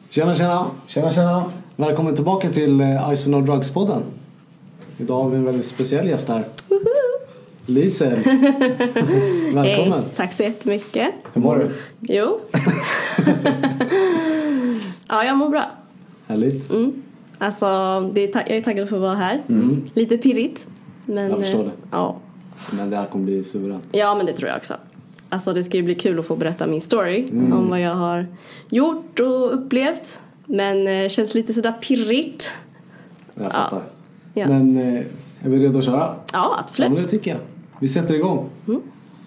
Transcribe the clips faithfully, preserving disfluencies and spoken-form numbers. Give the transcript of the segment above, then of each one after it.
Tjena, tjena. Tjena, tjena. Välkommen tillbaka till Ice and No Drugs-podden. Idag har vi en väldigt speciell gäst här. Lisel. Välkommen. Hej, tack så jättemycket. Hur mår du? Jo. Ja, jag mår bra. Härligt. Mm. Alltså, det är ta- jag är taggad för att vara här. Mm. Lite pirrigt. Men, Jag förstår det. Ja. Men det här kommer bli suveränt. Ja, men det tror jag också. Alltså, det ska ju bli kul att få berätta min story. Mm. Om vad jag har gjort och upplevt. Men det känns lite sådär pirrigt. Jag fattar. Ja. Men är vi redo att köra? Ja, absolut. Ja, men det tycker jag. Vi sätter igång. Mm.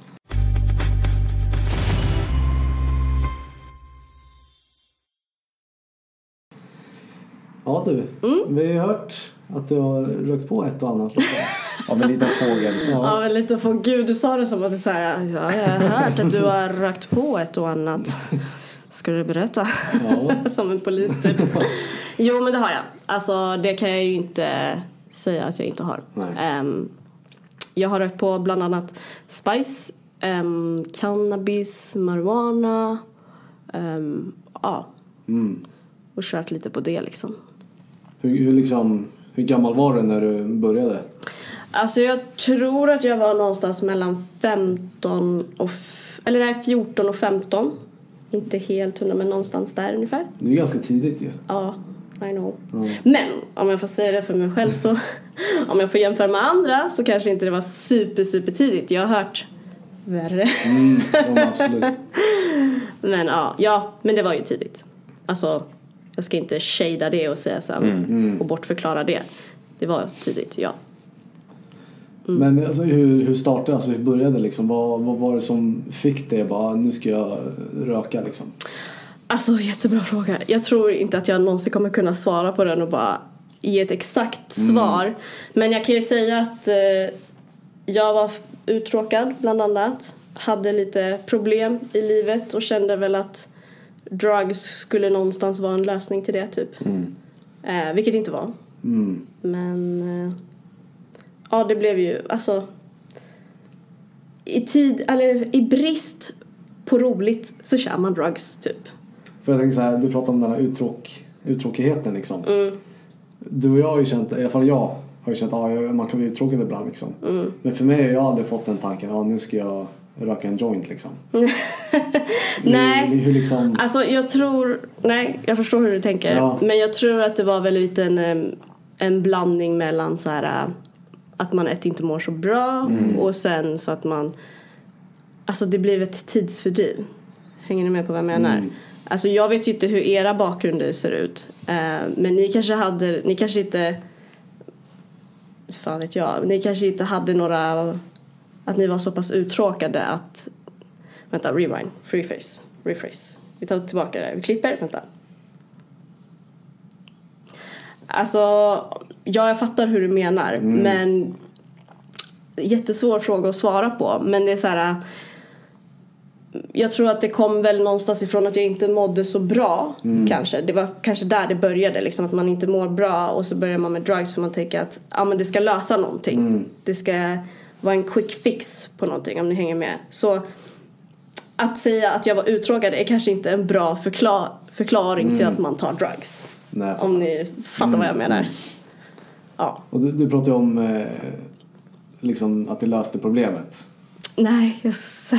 Ja du, mm. vi har hört att du har rökt på ett och annat. Av en liten fågel. Ja, men lite för gud, du sa det som att det så här, ja, jag har hört att du har rökt på ett och annat. Ska du berätta? Ja. Som en polis typ. Jo, men det har jag. Alltså, det kan jag ju inte säga att jag inte har. Um, jag har rökt på bland annat spice, um, cannabis, marijuana. Um, ja. Mm. Och kört lite på det liksom. Hur, hur, liksom, hur gammal var du när du började? Alltså jag tror att jag var någonstans mellan femton och... F- eller nej, fjorton och femton. Inte helt hundra, men någonstans där ungefär. Det är ganska tidigt ju. Ja, I know. Mm. Men om jag får säga det för mig själv så... om jag får jämföra med andra så kanske inte det var super, super tidigt. Jag har hört värre. Mm, ja, absolut. Men ja, ja, men det var ju tidigt. Alltså... Jag ska inte shada det och säga så här, mm. och bortförklara det. Det var tidigt, ja. Mm. Men alltså, hur, hur startade, alltså hur började liksom? Vad, vad var det som fick det? Bara, nu ska jag röka liksom. Alltså, jättebra fråga. Jag tror inte att jag någonsin kommer kunna svara på den och bara ge ett exakt svar. Mm. Men jag kan ju säga att eh, jag var uttråkad bland annat. Hade lite problem i livet och kände väl att drugs skulle någonstans vara en lösning till det typ. Mm. Eh, vilket det inte var. Mm. Men eh, ja, det blev ju alltså i tid eller i brist på roligt så kör man drugs typ. För jag tänker så här, du pratar om den här uttråk, uttråkigheten liksom. Mm. Du och jag har ju känt, i alla fall jag har ju känt att ja, man kan bli uttråkad ibland liksom. Mm. Men för mig har jag aldrig fått den tanken, ja nu ska jag röka en joint liksom. Nej, hur, hur liksom... alltså jag tror, nej, jag förstår hur du tänker. Ja. Men jag tror att det var väldigt en, en blandning mellan så här, att man ett inte mår så bra mm. och sen så att man, alltså det blev ett tidsfördriv. Hänger ni med på vad jag menar? Mm. Alltså jag vet ju inte hur era bakgrunder ser ut. Men ni kanske hade, ni kanske inte, fan vet jag, ni kanske inte hade några, att ni var så pass uttråkade att... Vänta, rewind. Freeface. Rephrase. Vi tar tillbaka det. Vi klipper. Vänta. Alltså... Ja, jag fattar hur du menar. Mm. Men... Jättesvår fråga att svara på. Men det är så här... Jag tror att det kom väl någonstans ifrån att jag inte mådde så bra. Mm. Kanske. Det var kanske där det började. Liksom, att man inte mår bra. Och så börjar man med drugs för man tänker att ja, men det ska lösa någonting. Mm. Det ska... var en quick fix på någonting, om ni hänger med. Så att säga att jag var uttråkad är kanske inte en bra förklar- förklaring mm. till att man tar drugs. Nej, om ni fattar mm. vad jag menar. Ja. Och du, du pratade ju om eh, liksom att det löste problemet. Nej, jag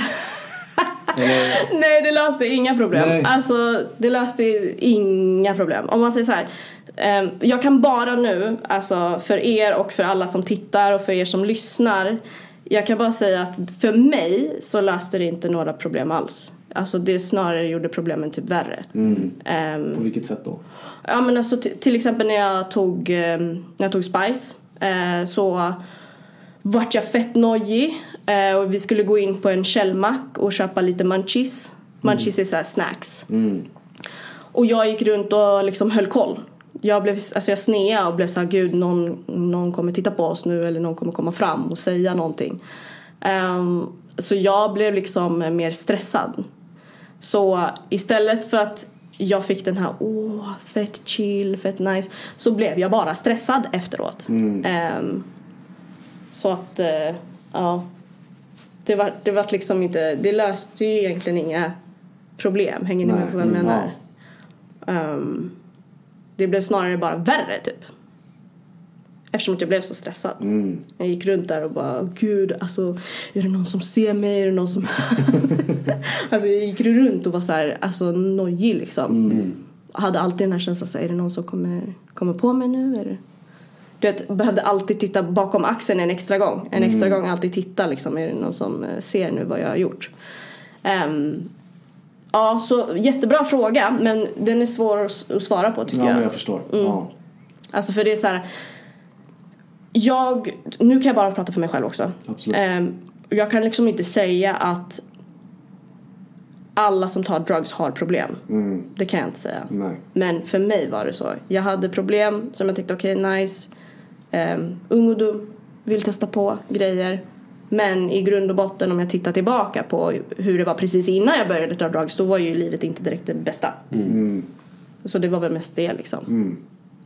Nej, det löste inga problem. Nej. Alltså, det löste inga problem. Om man säger så här, eh, jag kan bara nu, alltså för er och för alla som tittar och för er som lyssnar, jag kan bara säga att för mig så löste det inte några problem alls. Alltså det snarare gjorde problemen typ värre. Mm. Um, På vilket sätt då? Ja, men alltså t- till exempel när jag tog, eh, när jag tog spice eh, så vart jag fett nojig. Eh, och vi skulle gå in på en källmack och köpa lite munchies. Munchies mm. är så här snacks. Mm. Och jag gick runt och liksom höll koll. Jag blev, alltså jag sneade och blev så här, gud, någon, någon kommer titta på oss nu. Eller någon kommer komma fram och säga någonting. Um, så jag blev liksom mer stressad. Så istället för att jag fick den här, åh, oh, fett chill, fett nice, så blev jag bara stressad efteråt. Mm. Um, så att, uh, ja, det var, det var liksom inte, det löste ju egentligen inga problem. Hänger ni med på vad jag menar? Um, det blev snarare bara värre typ. Eftersom att jag blev så stressad. Mm. Jag gick runt där och bara, gud, alltså, är det någon som ser mig? Är det någon som... alltså jag gick runt och var så här, alltså nojig liksom. Mm. Hade alltid den här känslan, så här, är det någon som kommer, kommer på mig nu? Är det... Du vet, behövde alltid titta bakom axeln en extra gång. En extra mm. gång alltid titta liksom, är det någon som ser nu vad jag har gjort? Um, ja, så jättebra fråga, men den är svår att svara på tycker ja, jag. Ja, men jag förstår. Mm. Ja. Alltså för det är så här... Jag, nu kan jag bara prata för mig själv också. Absolut. Um, jag kan liksom inte säga att alla som tar drugs har problem. Mm. Det kan jag inte säga. Nej. Men för mig var det så. Jag hade problem som jag tyckte, okej, okay, nice. Um, ung och dum. Vill testa på grejer. Men i grund och botten, om jag tittar tillbaka på hur det var precis innan jag började ta drugs, då var ju livet inte direkt det bästa. Mm. Så det var väl mest det liksom. Mm.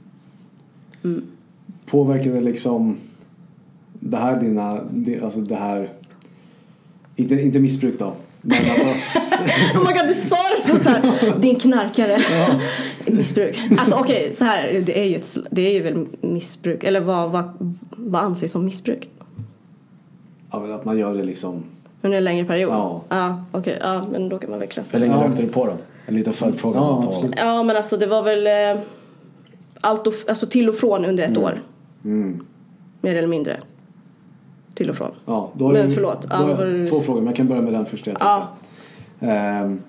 Mm. Påverkade liksom det här dina, det, alltså det här, inte, inte missbruk då, men alltså oh my god, du sa det så, så här, din knarkare. Ja. Missbruk. Alltså okej, okay, så här, det är ju ett, det är ju väl missbruk, eller vad, vad, vad anses som missbruk? Ja, men att man gör det liksom under en längre period. Ja. Ja, okej, okay, ja, men då kan man väl klassa. Hur länge ja. rökte du på då? En liten följdfråga. Ja, på. absolut. Ja, men alltså det var väl eh, allt och, alltså till och från under ett mm. år. Mm. Mer eller mindre. Till och från. Ja, då har men jag, förlåt. Då ja, har jag var... två frågor, men jag kan börja med den första. Ja. Um,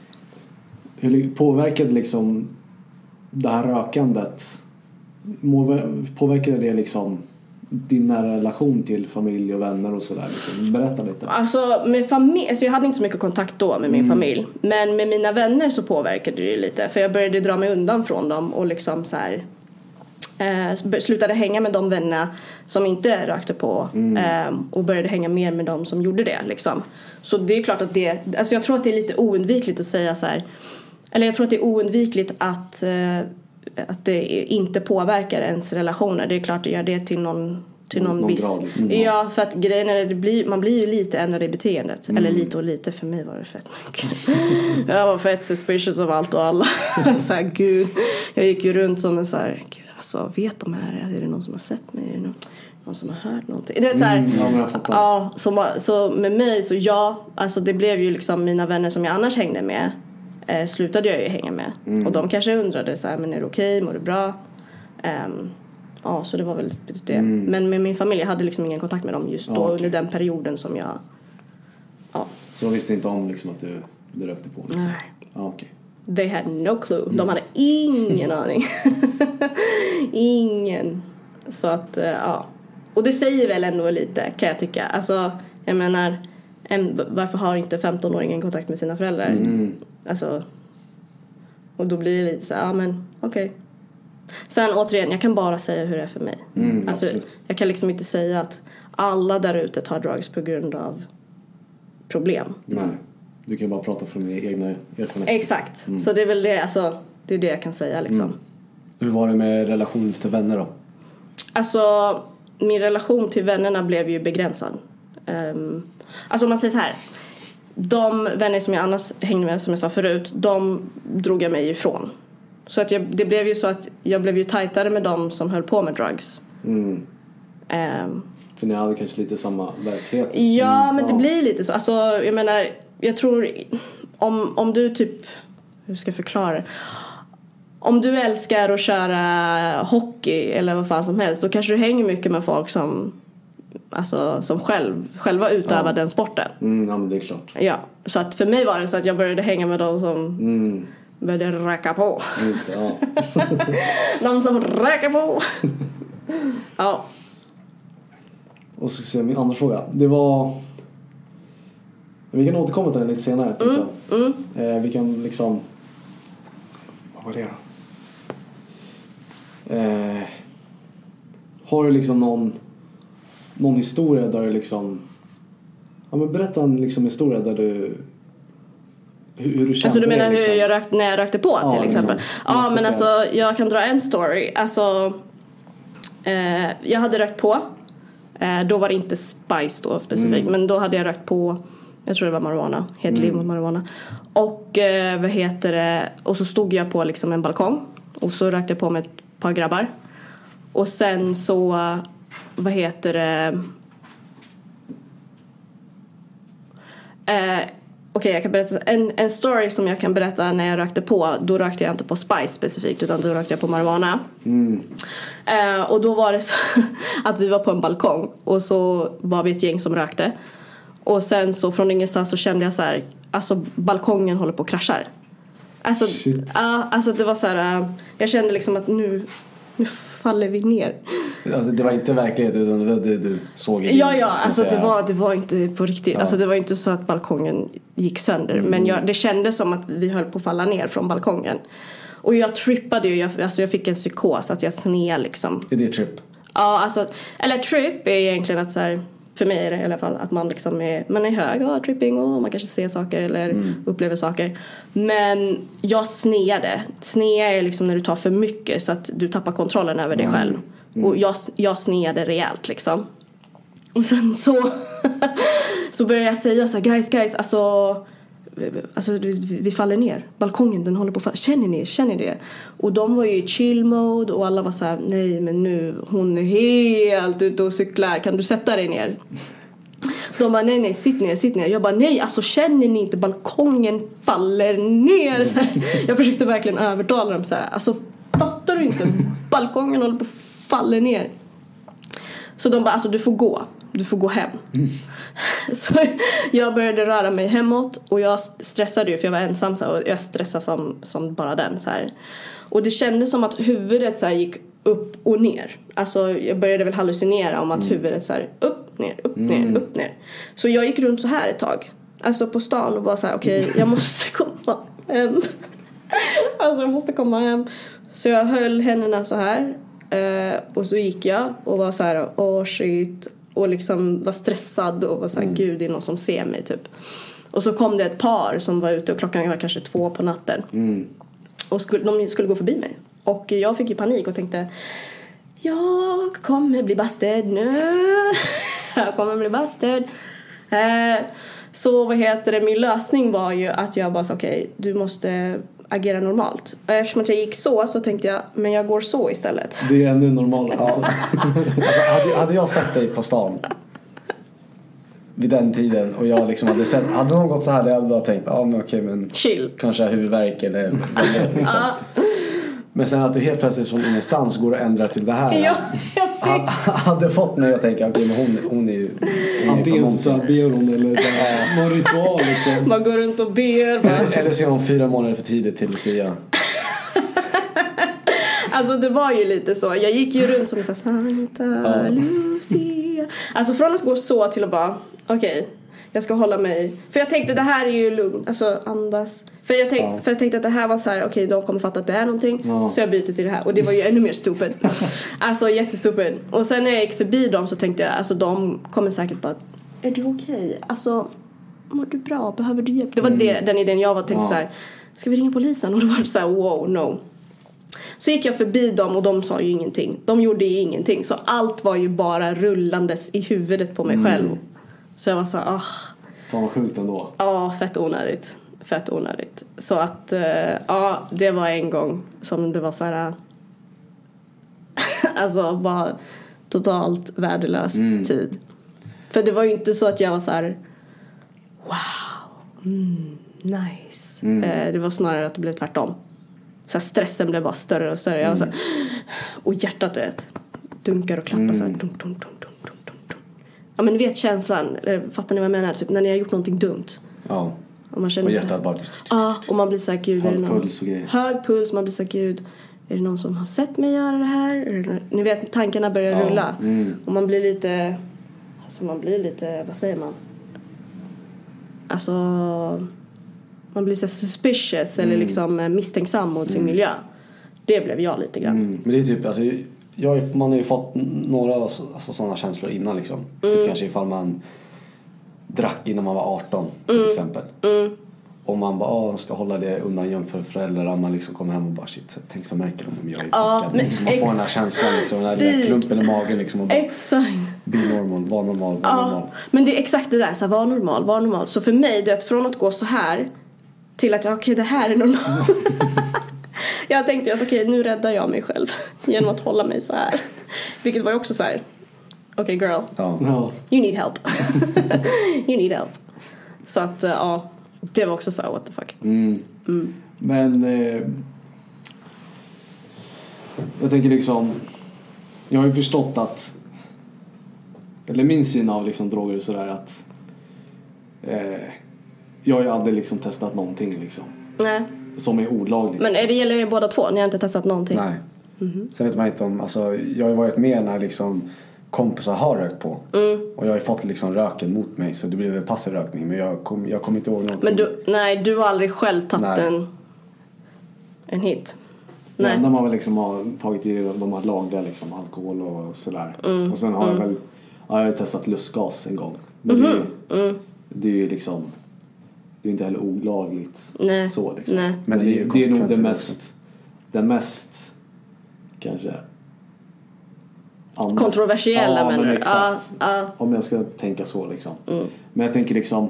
hur påverkade liksom det här rökandet, påverkade det liksom din nära relation till familj och vänner och sådär liksom? Berätta lite. Alltså med familj, alltså jag hade inte så mycket kontakt då med min mm. familj, men med mina vänner så påverkade det lite, för jag började dra mig undan från dem och liksom så här eh, slutade hänga med de vänner som inte rökte på mm. eh, och började hänga mer med de som gjorde det liksom. Så det är klart att det, alltså jag tror att det är lite oundvikligt att säga så här, eller jag tror att det är oundvikligt att eh, att det inte påverkar ens relationer. Det är klart att det gör det till någon, till någon, någon viss... Liksom. Ja, för att grejen är det blir, man blir ju lite ändrad i beteendet. Mm. Eller lite och lite, för mig var det fett mycket. Jag var fett suspicious av allt och alla. Så här, gud. Jag gick ju runt som en så här, gud, alltså, vet de här? Är det någon som har sett mig? Är det någon, någon som har hört någonting? Det är så här, mm, ja, men jag fattar. Ja, så, så med mig, så ja, alltså det blev ju liksom mina vänner som jag annars hängde med. Eh, slutade jag ju hänga med. Mm. Och de kanske undrade så här, men är det okej? Okay? Mår du bra? Um, ja, så det var väl det. Mm. Men med min familj, jag hade liksom ingen kontakt med dem just då, okay. under den perioden som jag... Ja. Så de visste inte om liksom att du, du rökte på? Liksom. Nej. Ah, okay. They had no clue. Mm. De hade ingen aning. Ingen. Så att, uh, ja. Och det säger väl ändå lite, kan jag tycka. Alltså, jag menar... En, varför har inte femtonåringen kontakt med sina föräldrar? Mm. Alltså, och då blir det lite så, ja men okej. Okay. Sen återigen, jag kan bara säga hur det är för mig. Mm, alltså, jag kan liksom inte säga att alla där ute tar drugs på grund av problem. Nej, du kan bara prata från dina egna erfarenheter. Exakt, mm. så det är väl det, alltså, det är det jag kan säga liksom. Mm. Hur var det med relationen till vänner då? Alltså, min relation till vännerna blev ju begränsad. Um, alltså om man säger så här, de vänner som jag annars hängde med, som jag sa förut, de drog jag mig ifrån. Så att jag, det blev ju så att jag blev ju tajtare med dem som höll på med drugs. Mm. Um, För ni hade kanske lite samma verklighet. Ja, mm. men ja. det blir lite så. Alltså, jag menar, jag tror om, om du typ, hur ska jag förklara det? Om du älskar att köra hockey eller vad fan som helst, då kanske du hänger mycket med folk som alltså som själv, själva utövar ja. den sporten. Mm, ja, men det är klart. Ja, så att för mig var det så att jag började hänga med de som mm. började räcka på. Just det, ja. De som räcker på. Ja. Och så ser jag min andra fråga. Det var... Vi kan återkomma till den lite senare, tycker mm. jag. Mm. Eh, vi kan liksom... Vad var det då? Eh... Har du liksom någon... Någon historia där du liksom... Ja, men berätta en liksom historia där du... Hur, hur du kände. Alltså du menar det, liksom. hur jag rökt, när jag rökte på ja, till exempel? Liksom. Ja, men alltså jag kan dra en story. Alltså... Eh, jag hade rökt på. Eh, då var det inte Spice då specifikt. Mm. Men då hade jag rökt på Jag tror det var marijuana. Hedliv Mm. mot marijuana. Och eh, vad heter det? Och så stod jag på liksom en balkong. Och så rökte jag på med ett par grabbar. Och sen så, vad heter det? Eh, Okej, okay, jag kan berätta en, en story som jag kan berätta när jag rökte på. Då rökte jag inte på Spice specifikt, utan då rökte jag på marijuana. Mm. Eh, och då var det så att vi var på en balkong. Och så var vi ett gäng som rökte. Och sen så från ingenstans så kände jag så här, alltså balkongen håller på att krascha. Alltså, uh, alltså det var så här, uh, jag kände liksom att nu, nu faller vi ner. Alltså, det var inte verklighet utan det var det du såg i Ja, ja, alltså det var, det var inte på riktigt. Ja. Alltså det var inte så att balkongen gick sönder. Mm. Men jag, det kändes som att vi höll på att falla ner från balkongen. Och jag trippade ju, jag, alltså jag fick en psykos att jag sned liksom. Är det trip? Ja, alltså, eller trip är egentligen att så här, för mig är det i alla fall att man liksom är, man är hög och tripping och man kanske ser saker eller mm. upplever saker. Men jag sneade. Sned är liksom när du tar för mycket så att du tappar kontrollen över dig mm. själv. Mm. Och jag, jag sneade rejält liksom. Och sen så så började jag säga så här, guys, guys, alltså alltså vi faller ner. Balkongen, den håller på att falla. Känner ni? Känner ni det? Och de var ju i chill mode och alla var så här, nej men nu, hon är helt ute och cyklar. Kan du sätta dig ner? De bara, nej, nej, sitt ner, sitt ner. Jag bara, nej, alltså känner ni inte balkongen faller ner? Så här, jag försökte verkligen övertala dem så här, alltså fattar du inte? Balkongen håller på att falla ner. Så de bara, alltså du får gå. Du får gå hem. Mm. Så jag började röra mig hemåt. Och jag stressade ju för jag var ensam så här, och jag stressade som, som bara den så här. Och det kändes som att huvudet så här, gick upp och ner. Alltså jag började väl hallucinera om att mm. huvudet så här, upp, ner, upp, ner, mm. upp, ner. Så jag gick runt så här ett tag. Alltså på stan och bara så här, okej, okay, jag måste komma hem. Alltså jag måste komma hem. Så jag höll händerna så här. Uh, och så gick jag och var så här, åh oh shit. Och liksom var stressad och var så här, mm. gud det är någon som ser mig typ. Och så kom det ett par som var ute och klockan var kanske två på natten. Mm. Och skulle, de skulle gå förbi mig. Och jag fick ju panik och tänkte, jag kommer bli busted nu. Jag kommer bli busted. Uh, så vad heter det, min lösning var ju att jag bara sa okej, okay, du måste agera normalt. Och eftersom att jag gick så så tänkte jag, men jag går så istället. Det är ännu normalare. Ja. Alltså, hade, hade jag sett dig på stan vid den tiden och jag liksom hade sett, hade någon gått så här, hade jag bara tänkt, ja men okej, men chill. Kanske huvudvärk eller väldigt, liksom. Ja. Men sen att du helt plötsligt från ingenstans går och ändrar till det här. Ja, jag hade fått mig att tänka, okej, men hon, hon är ju antingen så ber hon eller så här, någon ritual liksom. Man går runt och ber. Eller, eller så är hon fyra månader för tidigt till Lucia. Alltså det var ju lite så. Jag gick ju runt som så här, Santa ja. Lucia. Alltså från att gå så till att bara, okej, okay, jag ska hålla mig. För jag tänkte det här är ju lugn. Alltså andas. För jag, tänk, ja. för jag tänkte att det här var så här, okej, okay, de kommer fatta att det är någonting. Ja. Så jag byter till det här. Och det var ju ännu mer stupid. Alltså jättestupid. Och sen när jag gick förbi dem så tänkte jag, alltså de kommer säkert bara, är du okej? Okay? Alltså, mår du bra? Behöver du hjälp? Det var mm. det, den idén jag var tänkte ja. så här, ska vi ringa polisen? Och då var det så här, wow, no. Så gick jag förbi dem och de sa ju ingenting. De gjorde ju ingenting. Så allt var ju bara rullandes i huvudet på mig mm. själv. Så jag var så här, ah. Fan vad sjukt ändå. Ja, fett onödigt. Fett onödigt. Så att, uh, ja, det var en gång som det var så här. Alltså, bara totalt värdelös mm. tid. För det var ju inte så att jag var så här, wow, mm, nice. Mm. Uh, det var snarare att det blev tvärtom. Så här, stressen blev bara större och större. Mm. Jag var så här, och hjärtat, du vet, dunkar och klappar mm. så här, dunk, dunk, dunk, dunk, dunk, dunk. Ja, men ni vet känslan, fattar ni vad jag menar? Typ när ni har gjort någonting dumt. Ja. Och man känner och hjärtat bara. Ja, och man blir så här, gud, hög är det någon puls och grejer. Hög puls, man blir så här, gud, är det någon som har sett mig göra det här? Ni vet, tankarna börjar ja. rulla. Mm. Och man blir lite, alltså man blir lite, vad säger man? Alltså, man blir så suspicious mm. eller liksom misstänksam mot mm. sin miljö. Det blev jag lite grann. Mm. Men det är typ, alltså, jag, man har ju fått några alltså, sådana känslor innan liksom. Mm. Typ kanske ifall man drack innan man var arton till mm. exempel. Mm. Och man bara, ah, ska hålla det undan gömt för föräldrar. Man liksom kommer hem och bara, shit, tänk så märker de om jag är ja, packad. Liksom, man får den här känslan, liksom, den där klumpen i magen. Liksom, och bara, exakt. Be normal, var normal, var ja, normal. Men det är exakt det där, så här, var normal, var normal. Så för mig, det är att från att gå så här till att, okej, okay, det här är normalt. Jag tänkte att okej, okay, nu räddar jag mig själv genom att hålla mig så här. Vilket var ju också så här, okej okay, girl, ja. you need help. You need help. Så att, ja, det var också så här, what the fuck. Mm. Mm. Men eh, jag tänker liksom, jag har ju förstått att, eller min syn av liksom droger och sådär, att eh, jag har ju aldrig liksom testat någonting liksom. Nej. Som är olagligt. Men är det gäller det båda två? Ni har inte testat någonting? Nej. Mm-hmm. Sen vet man inte om, alltså, jag har ju varit med när liksom kompisar har rökt på. Mm. Och jag har ju fått liksom röken mot mig, så det blev en passiv rökning. Men jag kommer jag kom inte ihåg någonting. Men du, nej, du har aldrig själv tagit en, en hit? Nej. När man väl liksom har tagit i de här lagliga liksom, alkohol och sådär. Mm. Och sen har mm. jag väl, ja, jag har testat lustgas en gång. Men Mm-hmm. det, är ju, mm. det är ju liksom, det är inte heller olagligt. Nej. Så liksom. Nej. Men det är ju det är nog det konsekvenser mest, det mest kanske annars. Kontroversiella, ja, menar men du? exakt. Ja, ja. Om jag ska tänka så liksom. Mm. Men jag tänker liksom,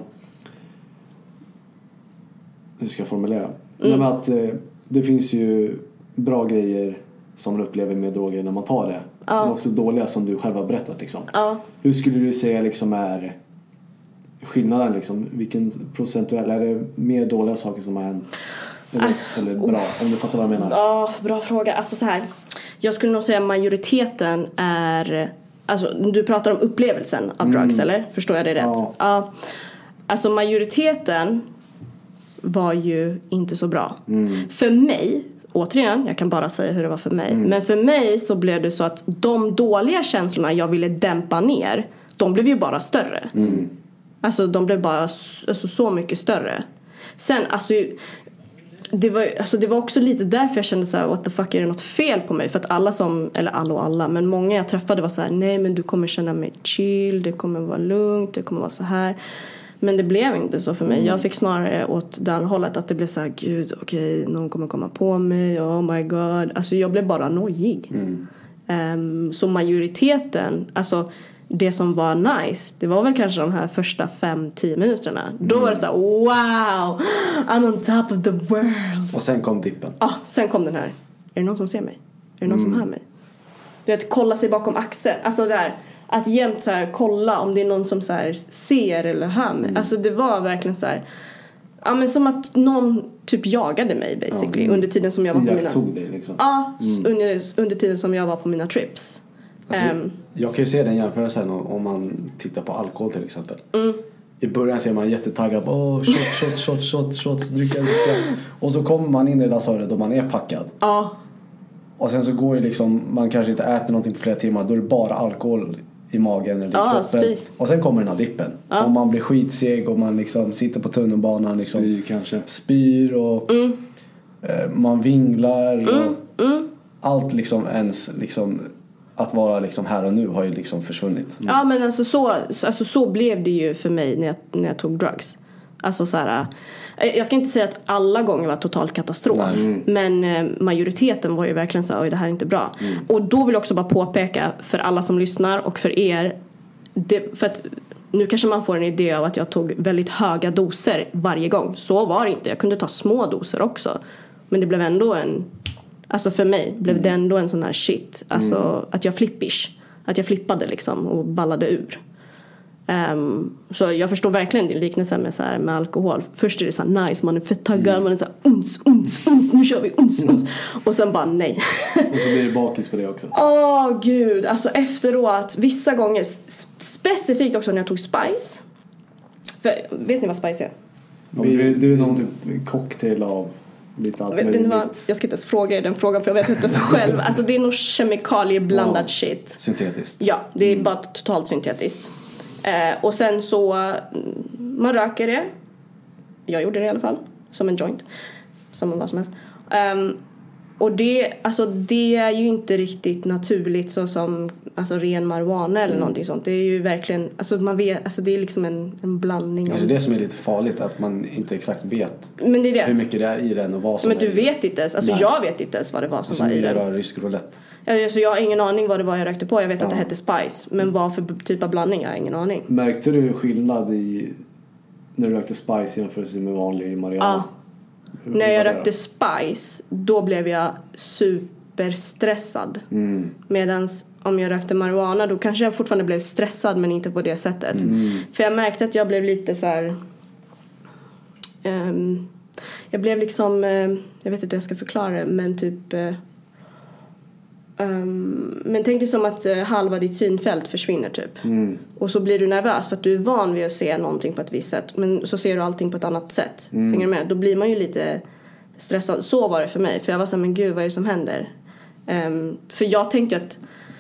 hur ska jag formulera? Mm. Nej, men att eh, det finns ju bra grejer som man upplever med droger när man tar det. Ja. Men också dåliga som du själv har berättat liksom. Ja. Hur skulle du säga liksom är skillnaden liksom? Vilken procentuell, är det mer dåliga saker som har hänt? Eller, Ah, eller bra, oh. om du fattar vad jag menar. Ja, bra fråga. Alltså så här, jag skulle nog säga majoriteten är, alltså du pratar om upplevelsen av drugs, Mm. eller? Förstår jag det rätt? Ja. Ja. Alltså majoriteten var ju inte så bra. Mm. För mig, återigen, jag kan bara säga hur det var för mig. Mm. Men för mig så blev det så att de dåliga känslorna jag ville dämpa ner, de blev ju bara större. Mm. Alltså de blev bara alltså, så mycket större. Sen, alltså det var, alltså det var också lite därför jag kände så här, what the fuck, är det något fel på mig? För att alla som, eller alla och alla, men många jag träffade var så här, nej men du kommer känna mig chill, det kommer vara lugnt, det kommer vara så här. Men det blev inte så för mig. Jag fick snarare åt det andra hållet, att det blev så här, gud okej, okay, någon kommer komma på mig, oh my god. Alltså jag blev bara nojig. Mm. Um, så majoriteten, alltså det som var nice, det var väl kanske de här första fem, tio minuterna. Mm. Då var det så här, wow, I'm on top of the world. Och sen kom dippen. Ja, ah, sen kom den här, är det någon som ser mig? Är det någon Mm. som hör mig? Du vet, kolla sig bakom axeln. Alltså där, att jämt så här kolla om det är någon som så här ser eller hör mig. Mm. Alltså det var verkligen så här, ja men som att någon typ jagade mig basically, ja, under tiden som jag var på mina... tog dig liksom. Ja, mm. under, under tiden som jag var på mina trips. Alltså, um, jag kan ju se den jämförelsen om man tittar på alkohol till exempel. Mm. I början ser man jättetaggad på oh, shot, shot, shot, shot, shot, dricka, dricka. Och så kommer man in i det där svaret då man är packad. Ja. Och sen så går ju liksom, man kanske inte äter någonting på flera timmar, då är det bara alkohol i magen eller i ja, kroppen. Spy. Och sen kommer den här dippen. Ja. Och man blir skitseg och man liksom sitter på tunnelbanan liksom, spyr kanske. Spyr och Mm. eh, man vinglar och Mm. Mm. allt liksom ens liksom, att vara liksom här och nu har ju liksom försvunnit. Mm. Ja men alltså så, alltså så blev det ju för mig när jag, när jag tog drugs. Alltså så här, jag ska inte säga att alla gånger var totalt katastrof. Mm. Men eh, majoriteten var ju verkligen så här, oj det här är inte bra. Mm. Och då vill jag också bara påpeka för alla som lyssnar och för er. Det, för att nu kanske man får en idé av att jag tog väldigt höga doser varje gång. Så var det inte, jag kunde ta små doser också. Men det blev ändå en, alltså för mig blev mm. det ändå en sån här shit. Alltså mm. att jag flippish. Att jag flippade liksom och ballade ur. Um, så jag förstår verkligen din liknelse med, så här, med alkohol. Först är det så här nice, man är fett taggad, mm. man är så här uns, uns, uns, nu kör vi uns, uns. Och sen bara nej. Och så blir det bakis på det också. Åh oh, gud, alltså efteråt, vissa gånger, specifikt också när jag tog Spice. För, vet ni vad Spice är? Vi, det är någon typ cocktail av lite allt vet, möjligt. vet vad, jag ska inte ens fråga er den frågan för jag vet inte så själv. Alltså det är nog kemikalieblandad ja. shit. Syntetiskt. Ja, det är mm. bara totalt syntetiskt. Eh, och sen så man röker det. Jag gjorde det i alla fall. Som en joint. Som vad som helst. Um, och det, alltså, det är ju inte riktigt naturligt så som alltså, ren marijuana eller mm. någonting sånt. Det är ju verkligen, alltså, man vet, alltså, det är liksom en, en blandning. Alltså det som är lite farligt, att man inte exakt vet men det är det. hur mycket det är i den och vad som men är du i vet inte ens, alltså Nej. jag vet inte ens vad det var som, som var i den. Som rysk roulette. Alltså, jag har ingen aning vad det var jag rökte på. Jag vet ja. att det hette Spice, men vad för typ av blandning, jag har ingen aning. Märkte du skillnad i när du rökte Spice jämfört med vanlig marijuana? Ja. När jag rökte Spice, då blev jag superstressad. Mm. Medan om jag rökte marijuana, då kanske jag fortfarande blev stressad, men inte på det sättet. Mm. För jag märkte att jag blev lite så här... Um, jag blev liksom... Uh, jag vet inte hur jag ska förklara det, men typ... Uh, um, men tänk dig som att uh, halva ditt synfält försvinner typ. Mm. Och så blir du nervös för att du är van vid att se någonting på ett visst sätt. Men så ser du allting på ett annat sätt. Mm. Hänger du med? Då blir man ju lite stressad. Så var det för mig. För jag var så här, men gud, vad är det som händer? Um, för jag tänkte att...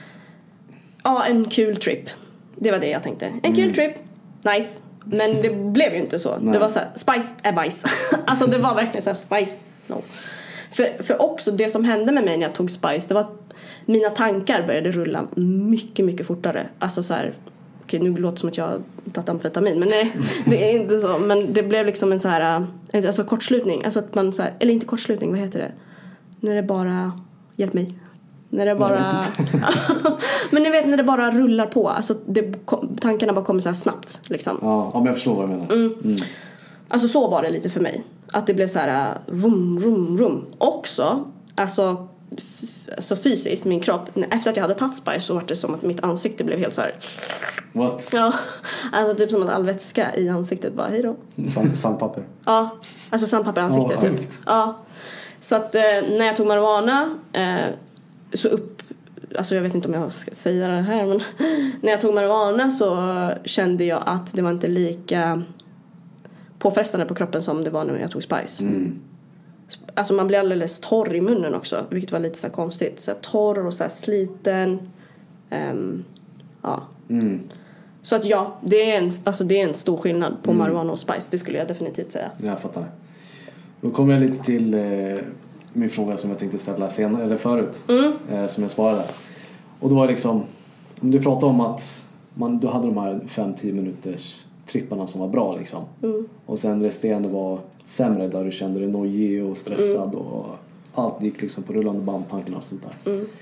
Ja, en kul trip. Det var det jag tänkte. En kul mm. trip. Nice. Men det blev ju inte så. Nej. Det var så här, spice är bajs. Alltså det var verkligen så här, spice. No. För, för också det som hände med mig när jag tog spice, det var att mina tankar började rulla mycket, mycket fortare. Alltså så här, okej, nu låter det som att jag har tagit amfetamin, men nej, det är inte så. Men det blev liksom en så här, alltså kortslutning. Alltså att man så här, eller inte kortslutning, vad heter det? När det bara, hjälp mig. När det bara... men ni vet, när det bara rullar på. Alltså det, tankarna bara kommer så här snabbt liksom. Ja, men jag förstår vad du menar. Mm. Mm. Alltså så var det lite för mig. Att det blev så här rum, rum, rum. Också, alltså, f- alltså fysiskt, min kropp. Efter att jag hade tagit spice så var det som att mitt ansikte blev helt så här... What? Ja, alltså typ som att all vätska i ansiktet bara, hej då. Sand, sandpapper. Ja, alltså sandpapper i ansiktet oh, typ. Ja. Så att eh, när jag tog marijuana... Eh, så upp, alltså jag vet inte om jag ska säga det här, men när jag tog marijuana så kände jag att det var inte lika påfrestande på kroppen som det var när jag tog spice. Mm. Alltså man blir alldeles torr i munnen också, vilket var lite så här konstigt. Så här torr och så här sliten. Um, ja. Mm. Så att ja, det är en, alltså det är en stor skillnad på mm. marijuana och spice, det skulle jag definitivt säga. Jag fattar. Då kommer jag lite till... Eh... min fråga som jag tänkte ställa senare, eller förut, mm. eh, som jag sparade. Och då var det liksom, om du pratade om att man, du hade de här fem till tio minuters tripparna som var bra liksom. Mm. Och sen resterande var sämre, där du kände dig nojig och stressad mm. och allt gick liksom på rullande bandtankarna och sånt där. Mm.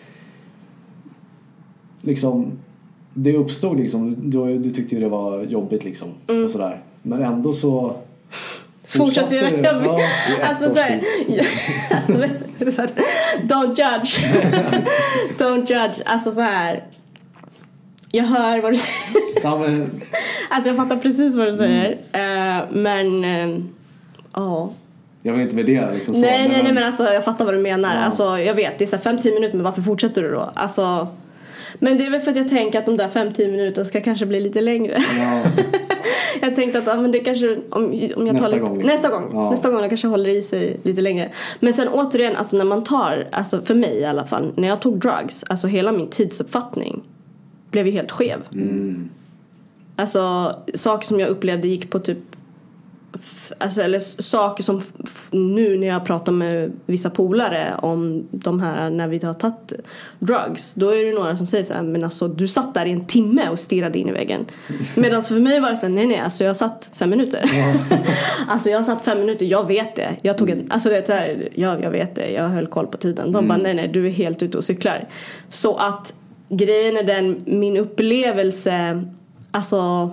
Liksom, det uppstod liksom, du, du tyckte ju det var jobbigt liksom mm. och sådär. Men ändå så fortsatte jag det. Ja, alltså så här, ja, alltså, så här, don't judge. Don't judge. Alltså så här, jag hör vad du säger. Ja, men... Alltså jag fattar precis vad du säger. Mm. Uh, men uh, ja. Jag vill inte värdera liksom så. Nej, nej, nej, men alltså jag fattar vad du menar. Ja. Alltså jag vet, det är så här fem till tio minuter, men varför fortsätter du då? Alltså, men det är väl för att jag tänker att de där fem till tio minuter ska kanske bli lite längre. Ja. Jag tänkte att ja, men det kanske om, om jag nästa tar gång, lite, nästa gång ja. nästa gång jag kanske håller i sig lite längre. Men sen återigen, alltså när man tar, alltså för mig i alla fall, när jag tog drugs, alltså hela min tidsuppfattning blev ju helt skev. Mm. Alltså saker som jag upplevde gick på typ f- alltså, eller saker som f- nu när jag pratar med vissa polare om de här när vi har tagit drugs, då är det några som säger så här, men alltså du satt där i en timme och stirrade in i väggen. Medan för mig var det så här, nej nej, alltså jag satt fem minuter. Ja. Alltså jag satt fem minuter, jag vet det. Jag tog en, alltså det här, ja jag vet det, jag höll koll på tiden. De mm. bara, nej nej, du är helt ute och cyklar. Så att grejen är den, min upplevelse, alltså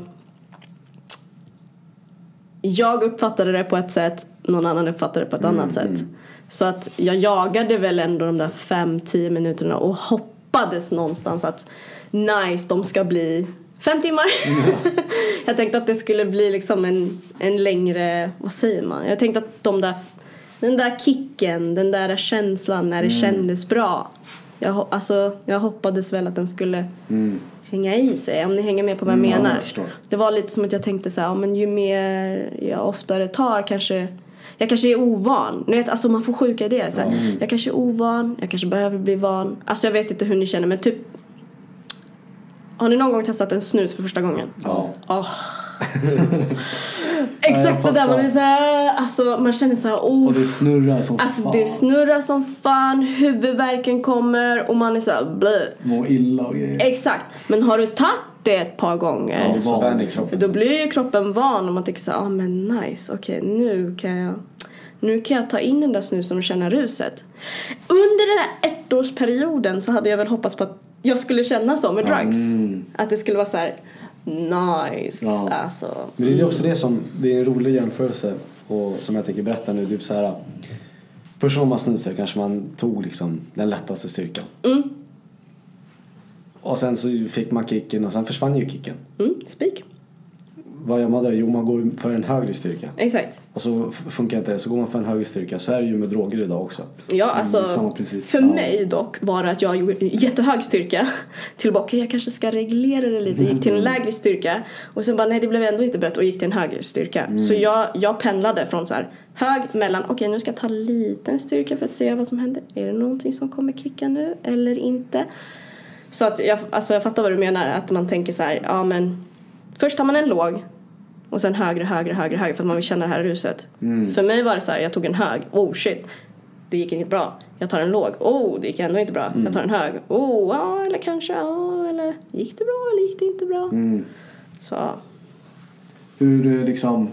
jag uppfattade det på ett sätt, någon annan uppfattade det på ett mm, annat mm. sätt. Så att jag jagade väl ändå de där fem till tio minuterna och hoppades någonstans att nice, de ska bli fem timmar. Mm. Jag tänkte att det skulle bli liksom en, en längre, vad säger man? Jag tänkte att de där, den där kicken, den där känslan när det mm. kändes bra. Jag, alltså, jag hoppades väl att den skulle... Mm. hänga i sig, om ni hänger med på vad jag mm, menar. Jag det var lite som att jag tänkte så här, ja, men ju mer jag oftare tar kanske, jag kanske är ovan. Ni vet, alltså man får sjuka idéer så här. Mm. Jag kanske är ovan, jag kanske behöver bli van. Alltså jag vet inte hur ni känner, men typ har ni någon gång testat en snus för första gången? Ja. Oh. Exakt det där, man är så här, alltså man känner så här, oh, och det snurrar som alltså fan. det snurrar som fan, huvudvärken kommer och man är så här, blö. Mår illa och grejer. Exakt, men har du tagit det ett par gånger, Ja, så vän i kroppen. då blir ju kroppen van och man tänker så här, ah, men nice, okej, okay, nu kan jag nu kan jag ta in den där snusen och känna ruset. Under den här ettårsperioden så hade jag väl hoppats på att jag skulle känna så med drugs. Mm. Att det skulle vara så här nice. Ja. Alltså. Men det är också det som, det är en rolig jämförelse och som jag tänker berätta nu, typ så här. Först när man snusar kanske man tog liksom den lättaste styrkan. Mm. Och sen så fick man kicken och sen försvann ju kicken. Mm, spik. Vad gör man då? Jo, man går för en högre styrka. Exakt. Och så funkar inte det, så går man för en högre styrka. Så är det ju med droger idag också. Ja, alltså mm, för ja. mig dock var det att jag gjorde jättehög styrka. Tillbaka, jag kanske ska reglera det lite. Gick till en lägre styrka. Och sen bara, nej det blev ändå inte bättre och gick till en högre styrka. Mm. Så jag, jag pendlade från så här hög mellan, okej okay, nu ska jag ta liten styrka för att se vad som händer. Är det någonting som kommer kicka nu eller inte? Så att jag, alltså jag fattar vad du menar. Att man tänker så här, ja men först har man en låg. Och sen högre, högre, högre, högre. För att man vill känna det här ruset. Mm. För mig var det så här, jag tog en hög. Oh shit, det gick inte bra. Jag tar en låg. Oh, det gick ändå inte bra. Mm. Jag tar en hög. Oh, ja, eller kanske, ja, eller gick det bra eller gick det inte bra? Mm. Så. Hur liksom...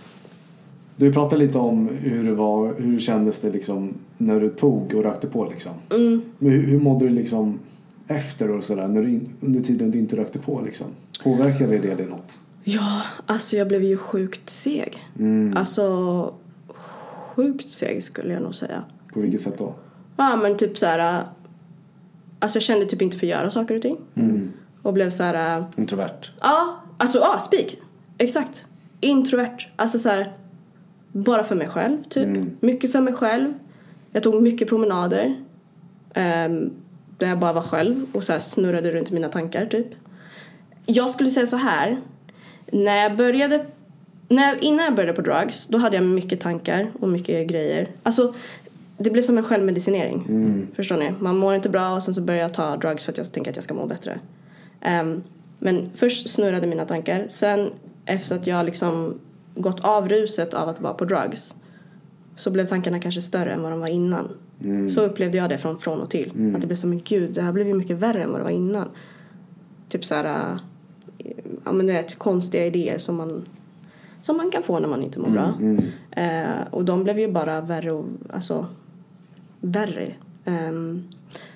Du pratade lite om hur det var, hur kändes det liksom när du tog och rökte på liksom. Mm. Men hur, hur mådde du liksom efter och sådär, när du, under tiden du inte rökte på liksom? Påverkade det dig något? Ja, alltså jag blev ju sjukt seg. Mm. Alltså sjukt seg skulle jag nog säga. På vilket sätt då? Ja, men typ så här. Alltså jag kände typ inte för att göra saker och ting. Mm. Och blev så här. Introvert. Ja, alltså ja, spik. Exakt. Introvert. Alltså så här. Bara för mig själv typ. Mm. Mycket för mig själv. Jag tog mycket promenader. Um, där jag bara var själv. Och så här snurrade runt mina tankar typ. Jag skulle säga så här. När jag började... När jag, innan jag började på drugs. Då hade jag mycket tankar och mycket grejer. Alltså, det blev som en självmedicinering. Mm. Förstår ni? Man mår inte bra och sen så börjar jag ta drugs för att jag tänker att jag ska må bättre. Um, men först snurrade mina tankar. Sen efter att jag liksom gått av ruset av att vara på drugs. Så blev tankarna kanske större än vad de var innan. Mm. Så upplevde jag det från, från och till. Mm. Att det blev som en gud, det här blev ju mycket värre än vad det var innan. Typ så här... Ja, men det är konstiga idéer som man som man kan få när man inte mår bra. Mm, mm. Eh, och de blev ju bara värre och alltså värre. Um,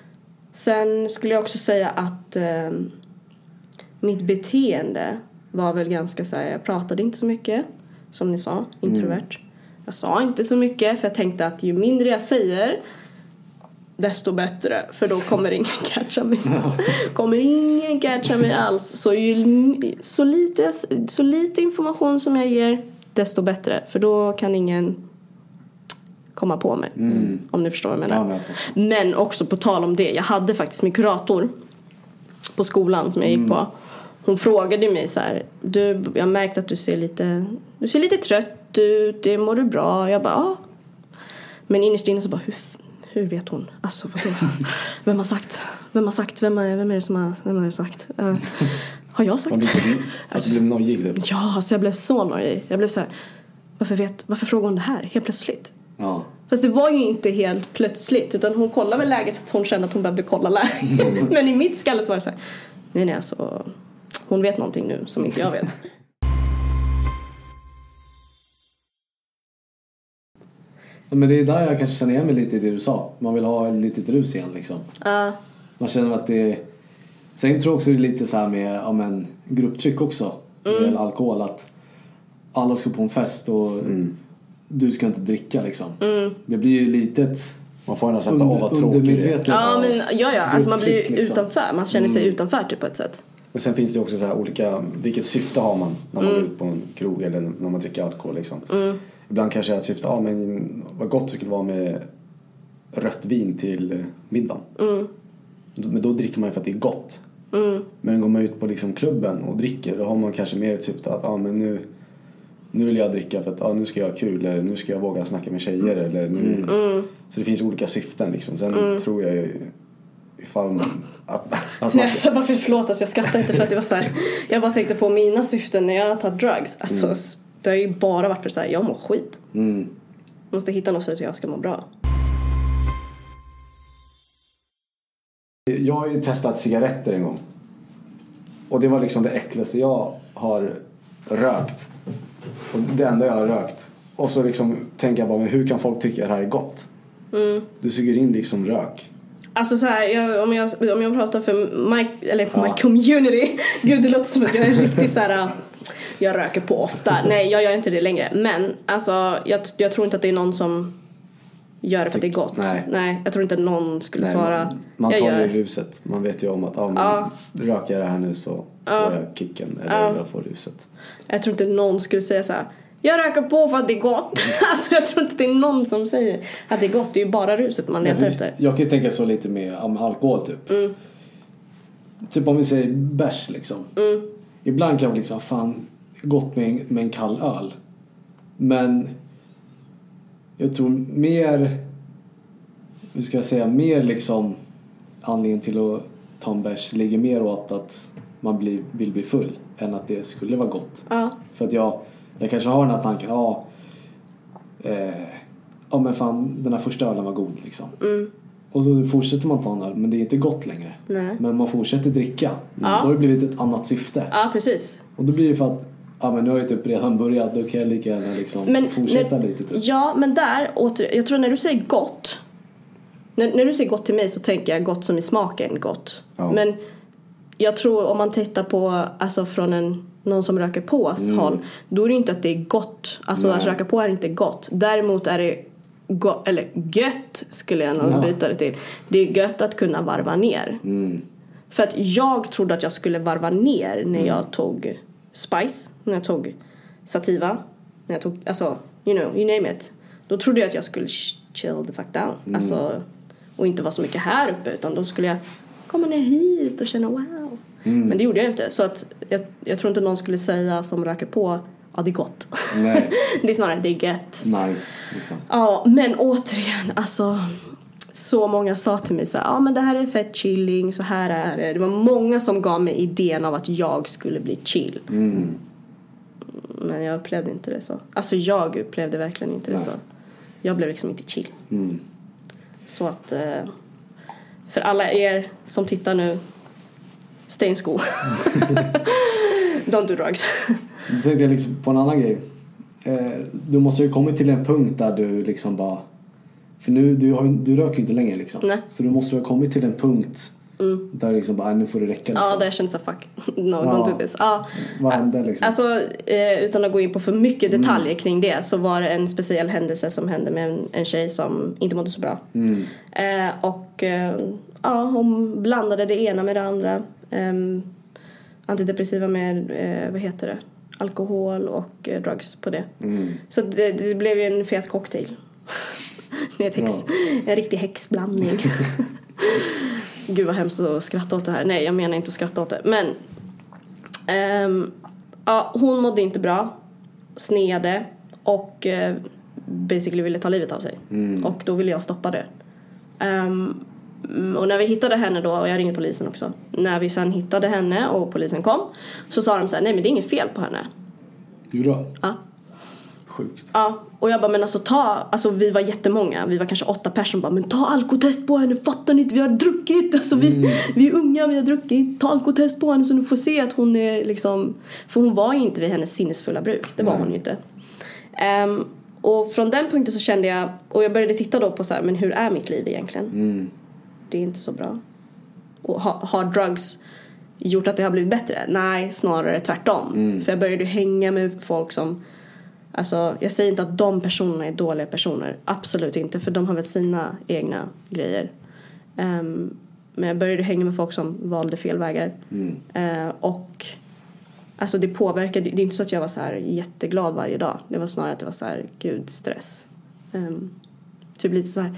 sen skulle jag också säga att um, mitt beteende var väl ganska så här, jag pratade inte så mycket som ni sa, introvert. Mm. Jag sa inte så mycket för jag tänkte att ju mindre jag säger desto bättre, för då kommer ingen catcha mig. kommer ingen catcha mig alls. Så, ju, så, lite, så lite information som jag ger, desto bättre. För då kan ingen komma på mig. Mm. Om ni förstår vad jag menar. Ja, men, men också på tal om det. Jag hade faktiskt min kurator på skolan som jag gick mm. på. Hon frågade mig så här: du, jag märkte att du ser lite Du ser lite trött ut. Det mår du bra? Jag bara, ja. Men innerst inne så bara, hur Hur vet hon? Alltså, vadå? Vem har sagt? Vem har sagt? Vem är, vem är det som har, vem har det sagt? Uh, har jag sagt? Alltså, alltså blev nojig du? Ja, alltså jag blev så nojig. Jag blev så här, varför, vet, varför frågar hon det här helt plötsligt? Ja. Fast det var ju inte helt plötsligt. Utan hon kollade väl läget så att hon kände att hon behövde kolla läget. Mm. Men i mitt skalle så var det så här, nej nej alltså, hon vet någonting nu som inte jag vet. Men det är där jag kanske känner igen mig lite i det du sa. Man vill ha lite rus igen liksom. Uh. Man känner att det... Sen tror jag också det är lite så här med ja, men, grupptryck också. Mm. Med alkohol. Att alla ska på en fest och mm. du ska inte dricka liksom. Mm. Det blir ju litet... Man får nästan under, vara tråkig. Ja, men ja, ja. Alltså man blir ju liksom utanför. Man känner sig mm. utanför typ på ett sätt. Men sen finns det också så här olika... Vilket syfte har man när man mm. går ut på en krog eller när man dricker alkohol liksom. Mm. Ibland kanske jag syftar, ja men vad gott det skulle vara med rött vin till middagen. Mm. Men då dricker man ju för att det är gott. Mm. Men går man ut på liksom klubben och dricker, då har man kanske mer ett syfte att, ja men nu, nu vill jag dricka för att, ja nu ska jag ha kul, eller nu ska jag våga snacka med tjejer, eller nu. Mm. Så det finns olika syften liksom. Sen mm. tror jag ju, ifall man, att, att Nej, så bara förlåt, alltså jag skrattar inte för att det var så här. Jag bara tänkte på mina syften när jag har tagit drugs. Alltså, mm. Det har ju bara varit för så här, jag mår skit. Mm. Jag måste hitta något för att jag ska må bra. Jag har ju testat cigaretter en gång. Och det var liksom det äckligaste jag har rökt. Och det enda jag har rökt. Och så liksom tänker jag bara, men hur kan folk tycka att det här är gott? Mm. Du suger in liksom rök. Alltså så här, jag, om, jag, om jag pratar för my, eller för ja. my community. Gud, det låter som att jag är riktigt så här. Jag röker på ofta. Nej, jag gör inte det längre. Men alltså, jag, jag tror inte att det är någon som gör det för att det är gott. Nej, Nej jag tror inte någon skulle Nej, svara. Man, man jag tar gör. ju ruset. Man vet ju om att ah, men ja. röker jag det här nu så ja. får jag kicken. Eller ja. jag får ruset. Jag tror inte någon skulle säga så här. Jag röker på för att det är gott. Alltså jag tror inte det är någon som säger att det är gott. Det är ju bara ruset man letar jag, efter. Jag kan ju tänka så lite med om alkohol typ. Mm. Typ om vi säger bärs liksom. Mm. Ibland kan jag liksom, fan, gott med en, med en kall öl. Men jag tror mer, hur ska jag säga, mer liksom anledningen till att ta en bärs ligger mer åt att man blir, vill bli full än att det skulle vara gott. Ja. För att jag, jag kanske har den här tanken, ja, eh, ja men fan, den här första ölen var god liksom. Mm. Och så fortsätter man ta en öl, men det är inte gott längre. Nej. Men man fortsätter dricka. Ja. Då har det blivit ett annat syfte. Ja, precis. Och då blir det för att, ja men nu har jag typ redan börjat, då kan jag lika gärna liksom men, fortsätta när, lite typ. Ja, men där, åter, jag tror när du säger gott, när, när du säger gott till mig så tänker jag gott som i smaken gott. Ja. Men jag tror om man tittar på, alltså från en, någon som röker på mm. håll, då är det inte att det är gott. Alltså att röka på är inte gott. Däremot är det go- eller gött skulle jag nog ja. byta det till. Det är gött att kunna varva ner. Mm. För att jag trodde att jag skulle varva ner när mm. jag tog Spice, när jag tog Sativa, när jag tog, alltså, you know, you name it. Då trodde jag att jag skulle chill the fuck down. Mm. Alltså, och inte vara så mycket här uppe, utan då skulle jag komma ner hit och känna wow. Mm. Men det gjorde jag inte. Så att jag, jag tror inte någon skulle säga som röker på, ja det är gott. Nej. Det är snarare det är gött. Nice, liksom. Ja, men återigen, alltså så många sa till mig så här, ja men det här är fett chilling, så här är det. Det var många som gav mig idén av att jag skulle bli chill. Mm. Men jag upplevde inte det så. Alltså jag upplevde verkligen inte det Nej. så. Jag blev liksom inte chill. Mm. Så att eh, för alla er som tittar nu, stay in school. Don't do drugs. Då tänkte jag liksom på en annan grej. Eh, du måste ju komma till en punkt där du liksom bara, för nu, du, har, du röker ju inte längre liksom. Nej. Så du måste ha kommit till en punkt mm. där liksom bara, nu får det räcka liksom. Ja, där känns det fuck. No, ja. don't do this. Ja. Vad hände liksom? Alltså, eh, utan att gå in på för mycket detaljer mm. kring det, så var det en speciell händelse som hände med en, en tjej som inte mådde så bra. Mm. Eh, och eh, ja, hon blandade det ena med det andra. Eh, antidepressiva med, eh, vad heter det? Alkohol och eh, drugs på det. Mm. Så det, det blev ju en fet cocktail. Ett häx, en riktig häxblandning. Gud vad hemskt att skratta åt det här. Nej, jag menar inte att skratta åt det. Men um, ja, hon mådde inte bra. Sneade. Och uh, basically ville ta livet av sig. Mm. Och då ville jag stoppa det. Um, och när vi hittade henne då, och jag ringde polisen också. När vi sen hittade henne och polisen kom, så sa de så här, nej men det är inget fel på henne. Jo då? Ja. Sjukt. Ja, och jag bara, men alltså ta, alltså vi var jättemånga, vi var kanske åtta personer, bara, men ta alkotest på henne, fattar ni inte, vi har druckit, alltså vi, mm. vi är unga, vi har druckit, ta alkotest på henne så du får se att hon är liksom, för hon var ju inte vid hennes sinnesfulla bruk, det var mm. hon ju inte. Um, och från den punkten så kände jag, och jag började titta då på så här, men hur är mitt liv egentligen? Mm. Det är inte så bra. Och har, har drugs gjort att det har blivit bättre? Nej, snarare tvärtom. Mm. För jag började hänga med folk som, alltså, jag säger inte att de personerna är dåliga personer. Absolut inte, för de har väl sina egna grejer. Um, men jag började hänga med folk som valde fel vägar. Mm. Uh, och alltså det påverkade, det är inte så att jag var så här jätteglad varje dag. Det var snarare att det var så här, gud, stress. Um, typ lite så här.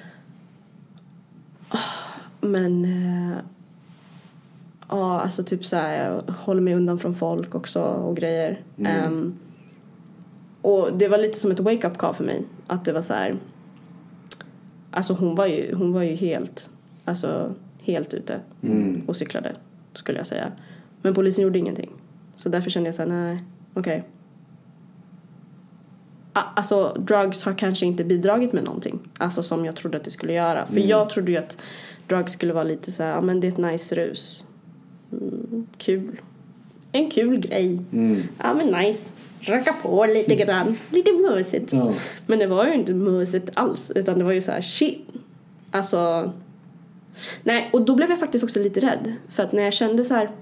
Men uh, ja, alltså typ så här, jag håller mig undan från folk också och grejer. Mm. Um, Och det var lite som ett wake-up call för mig. Att det var så här, alltså hon var ju, hon var ju helt, alltså helt ute mm. och cyklade, skulle jag säga. Men polisen gjorde ingenting. Så därför kände jag så här, nej, okej. Okay. alltså drugs har kanske inte bidragit med någonting. Alltså som jag trodde att det skulle göra. För Mm. jag trodde ju att drugs skulle vara lite så här, ja men det är ett nice rus. Mm, kul. En kul grej. Mm. Ja men nice. Röka på lite grann. Lite musigt. Ja. Men det var ju inte musigt alls. Utan det var ju så här shit. Alltså. Nej, och då blev jag faktiskt också lite rädd. För att när jag kände så här.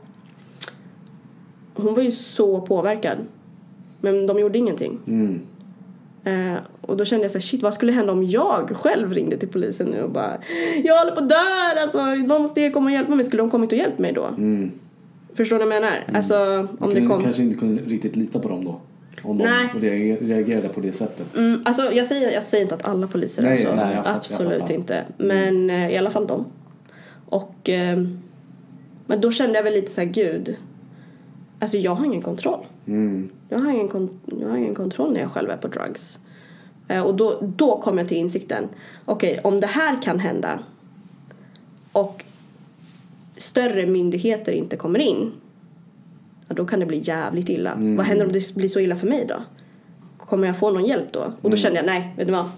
Hon var ju så påverkad. Men de gjorde ingenting. Mm. Eh, och då kände jag så här, shit, vad skulle hända om jag själv ringde till polisen nu och bara, jag håller på att dö, alltså, någon måste komma och hjälpa mig. Skulle de kommit och hjälpt mig då? Mm. Förstår du vad jag menar? Mm. Alltså, om du det kom... kanske inte kunde riktigt lita på dem då. Om Nej. de reager- reagerade på det sättet. Mm, alltså, jag säger, jag säger inte att alla poliser Nej, är så. nej, jag fattar, Absolut jag fattar. inte. Men eh, i alla fall de. Och, eh, men då kände jag väl lite så här, gud. Alltså jag har ingen kontroll. Mm. Jag har ingen, kon- jag har ingen kontroll när jag själv är på drugs. Eh, och då, då kom jag till insikten. Okej, okay, om det här kan hända. Och större myndigheter inte kommer in. Ja, då kan det bli jävligt illa. Mm. Vad händer om det blir så illa för mig då? Kommer jag få någon hjälp då? Och då Mm. kände jag, nej, vet du vad?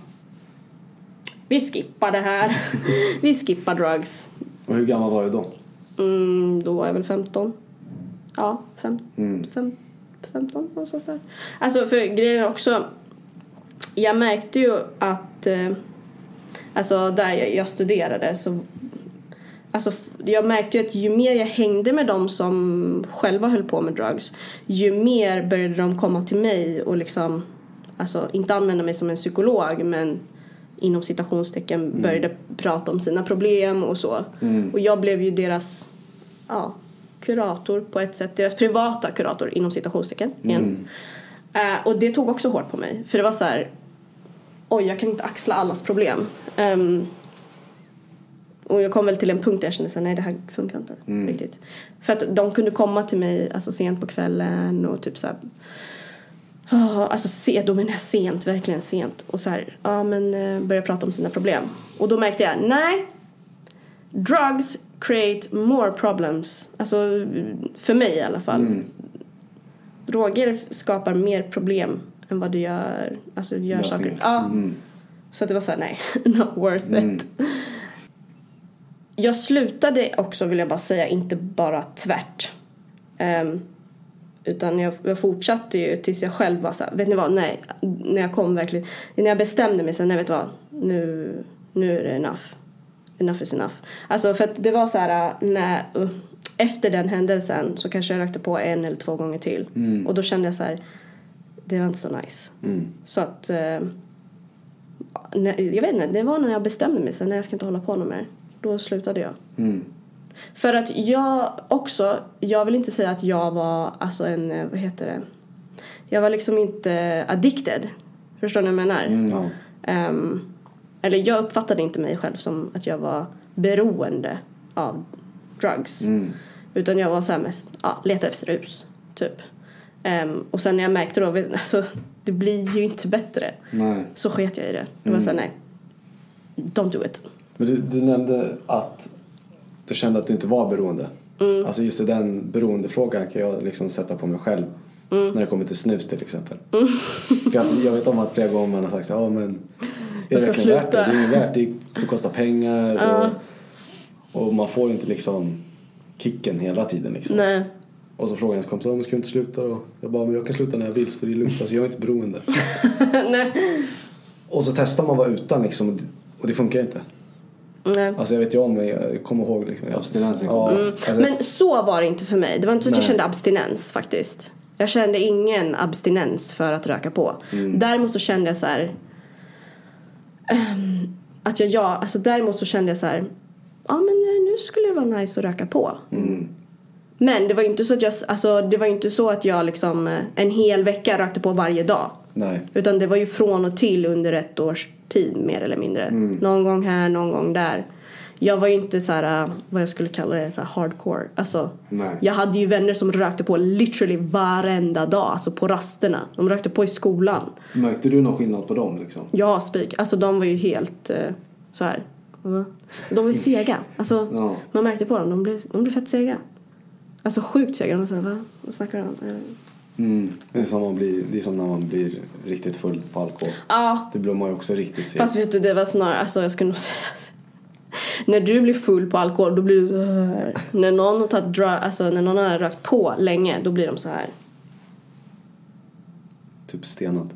Vi skippar det här. Vi skippar drugs. Och hur gammal var du då? Mm, då var jag väl femton. Ja, fem, Mm. fem, femton och så där. Alltså för grejen också. Jag märkte ju att eh, alltså där jag, jag studerade så alltså jag märkte ju att ju mer jag hängde med dem som själva höll på med drugs, ju mer började de komma till mig och liksom alltså inte använda mig som en psykolog, men inom citationstecken Mm. började prata om sina problem och så. Mm. Och jag blev ju deras ja, kurator på ett sätt, deras privata kurator inom citationstecken igen. Mm. Uh, och det tog också hårt på mig, för det var så här, oj, jag kan inte axla allas problem. Um, och jag kom väl till en punkt där jag kände så här, nej, det här funkar inte Mm. riktigt. För att de kunde komma till mig alltså sent på kvällen och typ så här, oh, alltså se, då menar jag sent, verkligen sent. Och så här, ja men uh, börja prata om sina problem. Och då märkte jag, nej, drugs create more problems. Alltså för mig i alla fall. Mm. Droger skapar mer problem än vad det gör, alltså det gör saker. Ja. Mm. Så att det var så här, nej, not worth Mm. it. Jag slutade också, vill jag bara säga, inte bara tvärt. Um, utan jag, jag fortsatte ju tills jag själv var så här, vet ni vad, nej, när jag kom verkligen, när jag bestämde mig så här, nej, vet du vad, nu, nu är det enough. Enough is enough. Alltså för att det var så här, när, uh, efter den händelsen så kanske jag rökte på en eller två gånger till. Mm. Och då kände jag så här, det var inte så nice. Mm. Så att, uh, när, jag vet inte, det var när jag bestämde mig så här, nej, jag ska inte hålla på något mer. Då slutade jag. Mm. För att jag också, jag vill inte säga att jag var alltså en, vad heter det? Jag var liksom inte addicted. Förstår ni vad jag menar? Mm. Ja. Um, eller jag uppfattade inte mig själv som att jag var beroende av drugs. Mm. Utan jag var så här mest, ja, leta efter rus, typ. Um, och sen när jag märkte då, alltså, det blir ju inte bättre. Nej. Så sket jag i det. Det var Mm. så här, nej. Don't do it. Men du, du nämnde att du kände att du inte var beroende. Mm. Alltså just den beroendefrågan kan jag liksom sätta på mig själv. Mm. När det kommer till snus till exempel. För jag, jag vet om att flera gånger man har sagt ja men är Jag det ska verkligen värt det? sluta. Det är ju värt det. Det kostar pengar Ja. och, och man får inte liksom kicken hela tiden liksom. Nej. Och så frågar jag kompis, men ska du inte sluta då? Jag bara, men jag kan sluta när jag vill så det är lugnt. Alltså jag är inte beroende. nej. Och så testar man vara utan liksom, och det- och det funkar inte. Nej. Alltså jag vet ju om, men jag kommer ihåg liksom. Abstinensen Ja, Mm. alltså, Men så var det inte för mig. Det var inte så att jag Nej. kände abstinens faktiskt. Jag kände ingen abstinens för att röka på. Mm. Däremot så kände jag så här, ehm, att jag, ja, alltså däremot så kände jag så här, ja men eh, nu skulle det vara nice att röka på. Mm. Men det var ju inte så att jag, alltså det var ju inte så att jag liksom eh, en hel vecka rökte på varje dag. nej. Utan det var ju från och till under ett års tid mer eller mindre. Mm. Någon gång här, någon gång där. Jag var ju inte så här, uh, vad jag skulle kalla det, så här hardcore. Alltså, Nej. jag hade ju vänner som rökte på literally varenda dag. Alltså på rasterna. De rökte på i skolan. Märkte du någon skillnad på dem liksom? Ja, spik. Alltså de var ju helt uh, så här. Va? De var ju sega. Alltså, Ja. man märkte på dem. De blev, de blev fett sega. Alltså sjukt sega. De var så här, va? Vad snackar de om? Mm. Det är som man blir, det är som när man blir riktigt full på alkohol. Ja. Det blir man ju också riktigt seg. Fast vet du, det var snarare, alltså jag skulle nog säga när du blir full på alkohol, då blir du så här. När någon har tagit drug, alltså när någon har rökt på länge, då blir de så här. Typ stenad.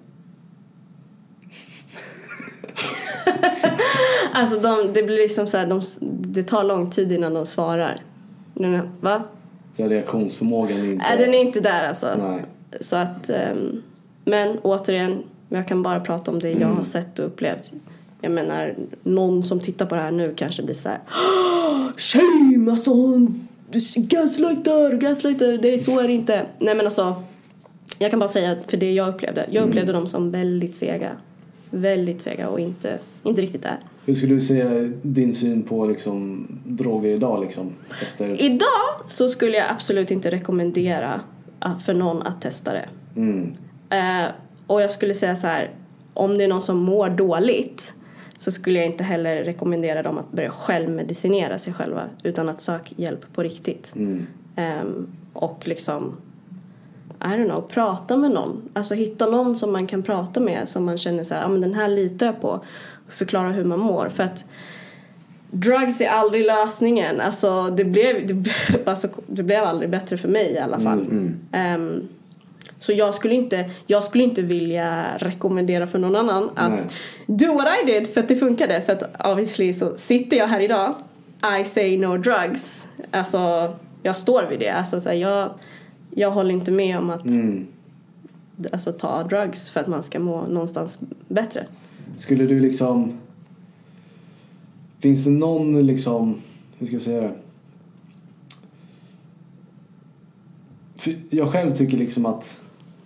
Alltså de, det blir liksom så här, de, det tar lång tid innan de svarar. Den, va? Så reaktionsförmågan är inte... Nej, den är inte där alltså. Nej. Så att, um, men återigen, jag kan bara prata om det jag Mm. har sett och upplevt. Jag menar, någon som tittar på det här nu kanske blir så här. Shame, alltså gaslighter, gaslighter, det är så är det inte. Nej men alltså, jag kan bara säga för det jag upplevde. Jag upplevde mm. dem som väldigt sega. Väldigt sega och inte, inte riktigt där. Hur skulle du säga din syn på liksom, droger idag? Liksom, efter... Idag så skulle jag absolut inte rekommendera för någon att testa det. Mm. Eh, och jag skulle säga så här, om det är någon som mår dåligt så skulle jag inte heller rekommendera dem att börja självmedicinera sig själva utan att söka hjälp på riktigt. Mm. Eh, och liksom, I don't know, prata med någon. Alltså hitta någon som man kan prata med som man känner så här, ja men den här litar jag på. Förklara hur man mår. För att drugs är aldrig lösningen. Alltså det blev, det blev, alltså, det blev aldrig bättre för mig i alla fall. Mm, mm. Um, så jag skulle, inte, jag skulle inte vilja rekommendera för någon annan att Nej. do what I did för att det funkade. För att obviously så sitter jag här idag. I say no drugs. Alltså jag står vid det. Alltså så här, jag, jag håller inte med om att Mm. alltså, ta drugs för att man ska må någonstans bättre. Skulle du liksom... Finns det någon liksom... Hur ska jag säga det? För jag själv tycker liksom att...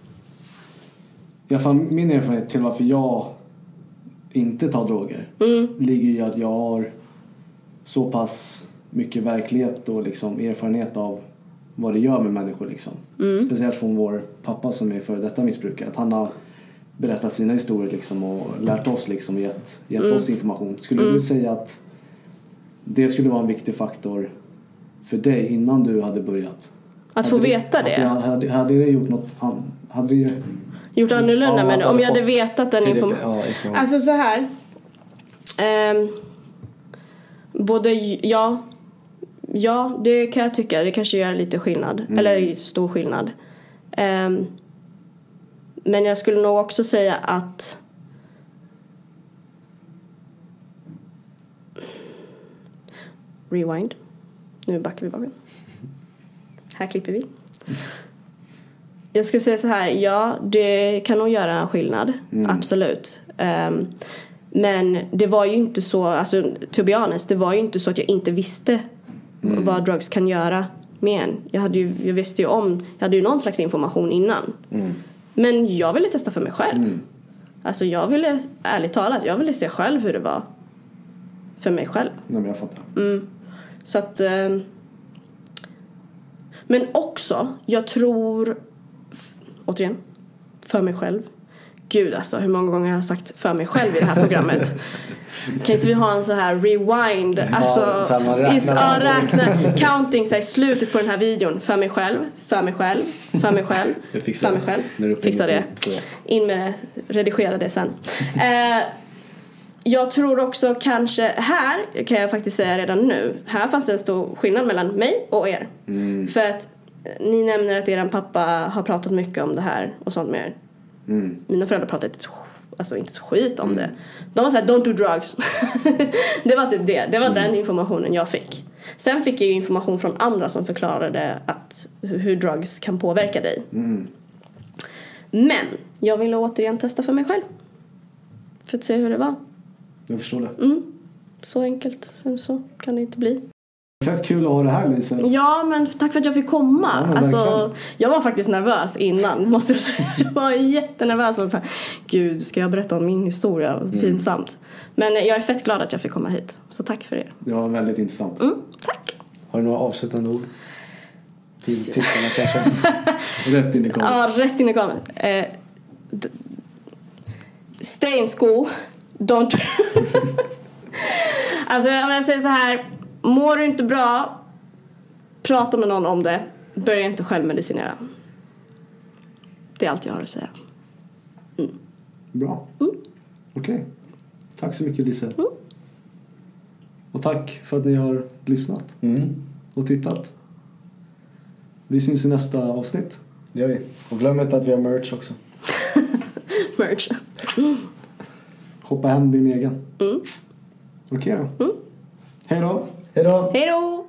I alla fall min erfarenhet till varför jag inte tar droger Mm. ligger i att jag har så pass mycket verklighet och liksom erfarenhet av vad det gör med människor liksom. Mm. Speciellt från vår pappa som är före detta missbrukare. Att han har berättat sina historier liksom och lärt oss liksom och gett, gett Mm. oss information. Skulle Mm. du säga att det skulle vara en viktig faktor för dig innan du hade börjat? Att få hade veta det, det. Hade, hade, hade det gjort något an, hade det, Gjort annorlunda, Ja, men att om hade jag hade fått vetat den till det- informationen. ja, information. Alltså så här. ehm, både ja, ja, det kan jag tycka. Det kanske gör lite skillnad. Mm. Eller stor skillnad. Ehm, men jag skulle nog också säga att rewind. Nu backar vi bakom. Här klipper vi. Jag ska säga så här, ja, det kan nog göra en skillnad, Mm. absolut. Um, men det var ju inte så, alltså to be honest, det var ju inte så att jag inte visste Mm. vad drugs kan göra med en. Jag, hade ju, jag visste ju om, jag hade ju någon slags information innan. Mm. Men jag ville testa för mig själv. Mm. Alltså jag ville, ärligt talat, jag ville se själv hur det var för mig själv. Nej, men jag fattar. Mm. Så att um, men också, jag tror f- återigen, för mig själv. Gud alltså, hur många gånger jag har sagt för mig själv i det här programmet. Kan inte vi ha en så här rewind, alltså så här man räknar is, ja, av. räkna, counting, så här, slutet på den här videon. För mig själv, för mig själv, för mig själv, Jag fixar för mig det. själv. När du är uppe Fixa i det. två. In med det, redigera det sen. Eh, jag tror också kanske, här kan jag faktiskt säga redan nu, här fanns det en stor skillnad mellan mig och er. Mm. För att ni nämner att er pappa har pratat mycket om det här och sånt med er. Mm. Mina föräldrar pratade inte, alltså inte ett skit om det. De var såhär, don't do drugs. Det var typ det. Det var den informationen jag fick. Sen fick jag ju information från andra som förklarade att, hur, hur drugs kan påverka dig. Mm. Men jag ville återigen testa för mig själv. För att se hur det var. Jag förstår det. Mm. Så enkelt. Sen så kan det inte bli. Fett kul att ha det här, Lisa. Ja, men tack för att jag fick komma. Ja, alltså, verkligen. jag var faktiskt nervös innan, måste jag säga. Jag var jättenervös. Och så här, Gud, ska jag berätta om min historia? Mm. Pinsamt. Men jag är fett glad att jag fick komma hit. Så tack för det. Det var väldigt intressant. Mm, tack. Har du några avslutande ord? Till tittarna kanske? Rätt in i kameran. Ja, rätt in i kameran. Eh, d- stay in school. Don't... Alltså, jag säger så här. Mår du inte bra, prata med någon om det. Börja inte självmedicinera. Det är allt jag har att säga. Mm. Bra. Mm. Okej. Okay. Tack så mycket, Lise. Mm. Och tack för att ni har lyssnat Mm. och tittat. Vi syns i nästa avsnitt. Det gör vi. Och glöm inte att vi har merch också. Merch. Hoppa hem din egen. Mm. Okej okay då. Mm. Hej då. Hej då. Hej då!